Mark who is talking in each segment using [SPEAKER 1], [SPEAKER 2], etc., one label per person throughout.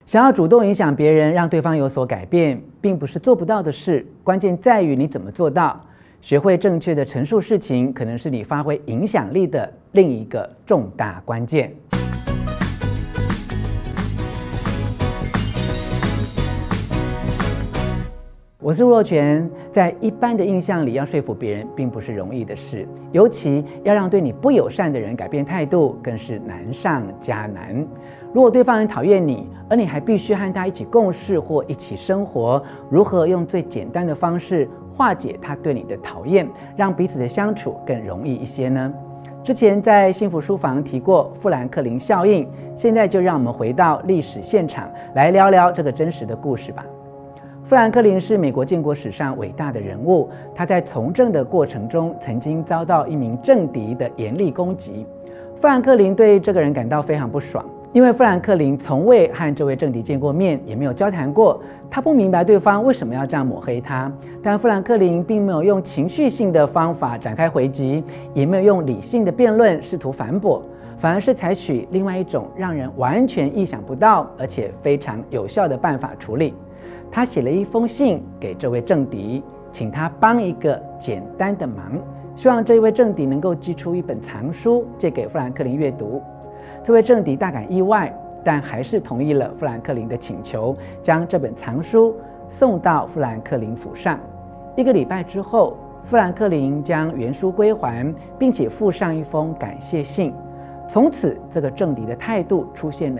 [SPEAKER 1] 想要主动影响别人，让对方有所改变，并不是做不到的事，关键在于你怎么做到。学会正确的陈述事情，可能是你发挥影响力的另一个重大关键。我是吴若权，在一般的印象里，要说服别人并不是容易的事，尤其要让对你不友善的人改变态度，更是难上加难。如果对方很讨厌你，而你还必须和他一起共事或一起生活，如何用最简单的方式化解他对你的讨厌，让彼此的相处更容易一些呢？之前在幸福书房提过富兰克林效应，现在就让我们回到历史现场，来聊聊这个真实的故事吧。富兰克林是美国建国史上伟大的人物，他在从政的过程中曾经遭到一名政敌的严厉攻击。富兰克林对这个人感到非常不爽，因为富兰克林从未和这位政敌见过面，也没有交谈过，他不明白对方为什么要这样抹黑他。但富兰克林并没有用情绪性的方法展开回击，也没有用理性的辩论试图反驳，反而是采取另外一种让人完全意想不到而且非常有效的办法处理。他写了一封信给这位政敌，请他帮一个简单的忙，希望这位政敌能够寄出一本藏书借给富兰克林阅读。这位政敌大感意外，但还是同意了富兰克林的请求，将这本藏书送到富兰克林府上。1个礼拜之后，富兰克林将原书归还，并且附上一封感谢信。从此，这个政敌的态度出现了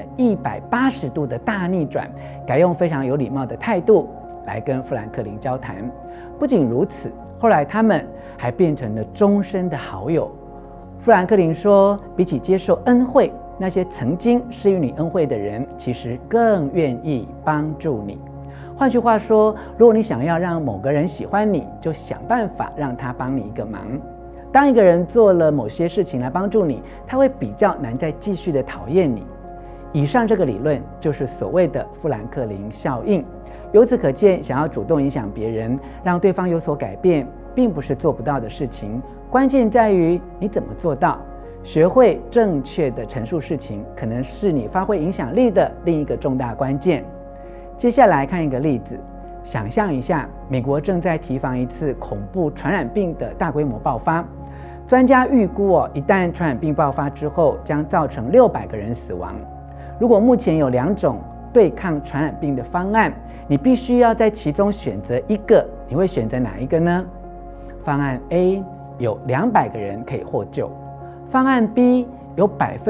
[SPEAKER 1] 180度的大逆转，改用非常有礼貌的态度来跟富兰克林交谈。不仅如此，后来他们还变成了终身的好友。富兰克林说，比起接受恩惠，那些曾经施予你恩惠的人，其实更愿意帮助你。换句话说，如果你想要让某个人喜欢你，就想办法让他帮你一个忙。当一个人做了某些事情来帮助你，他会比较难再继续的讨厌你。以上这个理论就是所谓的富兰克林效应。由此可见，想要主动影响别人，让对方有所改变，并不是做不到的事情，关键在于你怎么做到。学会正确的陈述事情，可能是你发挥影响力的另一个重大关键。接下来看一个例子，想象一下，美国正在提防一次恐怖传染病的大规模爆发。专家预估一旦传染病爆发之后，将造成600个人死亡。如果目前有2种对抗传染病的方案，你必须要在其中选择一个，你会选择哪一个呢？方案 A 有200个人可以获救，方案 B 有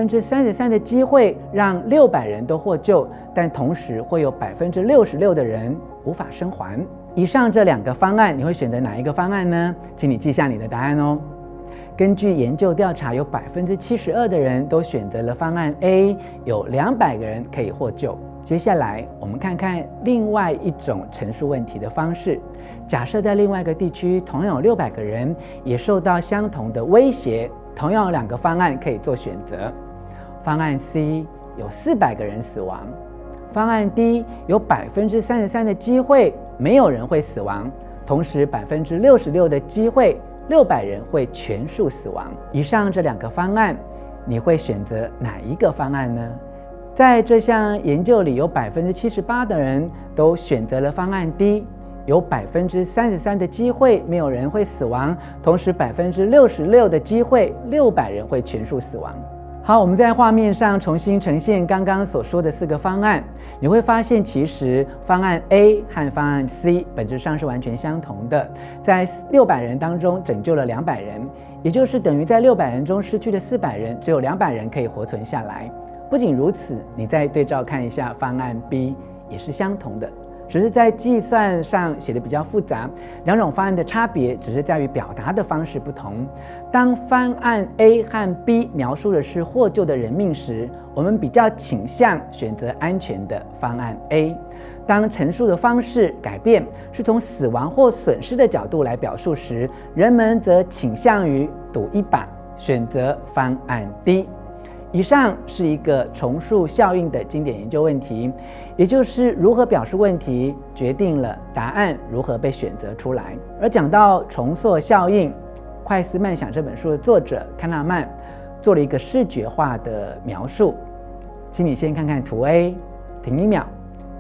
[SPEAKER 1] 33%的机会让600人都获救，但同时会有66%的人无法生还。以上这2个方案，你会选择哪一个方案呢？请你记下你的答案哦。根据研究调查，有72%的人都选择了方案 A， 有200个人可以获救。接下来我们看看另外一种陈述问题的方式。假设在另外一个地区同样有600个人，也受到相同的威胁，同样有2个方案可以做选择。方案 C 有400个人死亡，方案 D 有33%的机会没有人会死亡，同时66%的机会600人会全数死亡。以上这2个方案，你会选择哪一个方案呢？在这项研究里，有78%的人都选择了方案 D， 有33%的机会没有人会死亡，同时66%的机会600人会全数死亡。好，我们在画面上重新呈现刚刚所说的4个方案，你会发现其实方案 A 和方案 C 本质上是完全相同的。在600人当中拯救了200人，也就是等于在600人中失去了400人，只有200人可以活存下来。不仅如此，你再对照看一下方案 B， 也是相同的，只是在计算上写的比较复杂。2种方案的差别只是在于表达的方式不同。当方案 A 和 B 描述的是获救的人命时，我们比较倾向选择安全的方案 A。当陈述的方式改变是从死亡或损失的角度来表述时，人们则倾向于赌一把，选择方案 D。以上是一个重塑效应的经典研究问题，也就是如何表述问题决定了答案如何被选择出来。而讲到重塑效应，《快思慢想》这本书的作者康纳曼做了一个视觉化的描述。请你先看看图 A， 停1秒，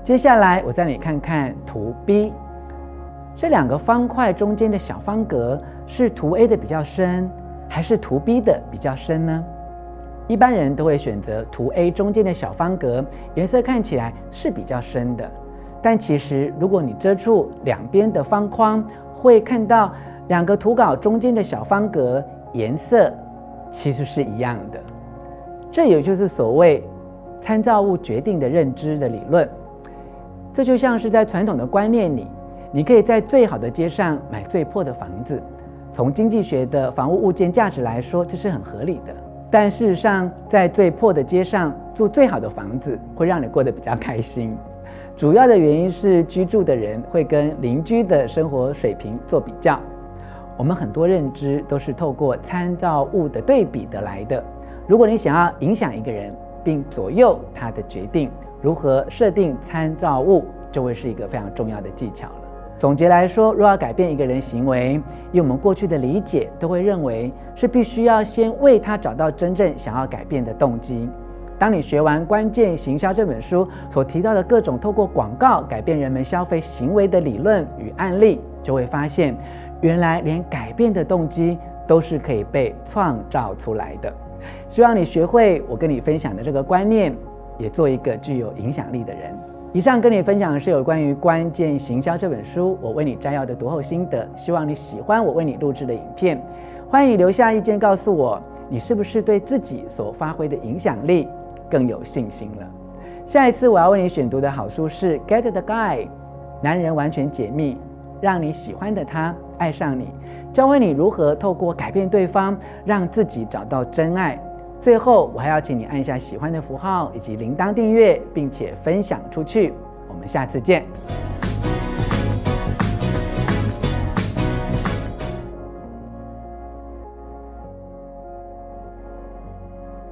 [SPEAKER 1] 接下来我带你看看图 B， 这两个方块中间的小方格是图 A 的比较深，还是图 B 的比较深呢？一般人都会选择图 A 中间的小方格，颜色看起来是比较深的。但其实如果你遮住两边的方框，会看到两个图稿中间的小方格颜色其实是一样的。这也就是所谓参照物决定的认知的理论。这就像是在传统的观念里，你可以在最好的街上买最破的房子，从经济学的房屋物件价值来说，这是很合理的。但事实上，在最破的街上住最好的房子，会让你过得比较开心。主要的原因是居住的人会跟邻居的生活水平做比较。我们很多认知都是透过参照物的对比得来的。如果你想要影响一个人，并左右他的决定，如何设定参照物，就会是一个非常重要的技巧了。总结来说，若要改变一个人行为，以我们过去的理解，都会认为是必须要先为他找到真正想要改变的动机。当你学完《关键行销》这本书所提到的各种透过广告改变人们消费行为的理论与案例，就会发现，原来连改变的动机都是可以被创造出来的。希望你学会我跟你分享的这个观念，也做一个具有影响力的人。以上跟你分享的是有关于《关键行销》这本书我为你摘要的读后心得，希望你喜欢我为你录制的影片。欢迎留下意见告诉我，你是不是对自己所发挥的影响力更有信心了？下一次我要为你选读的好书是《Get the Guy》，男人完全解密，让你喜欢的他爱上你，教会你如何透过改变对方，让自己找到真爱。最后，我还要请你按下喜欢的符号以及铃铛订阅，并且分享出去。我们下次见。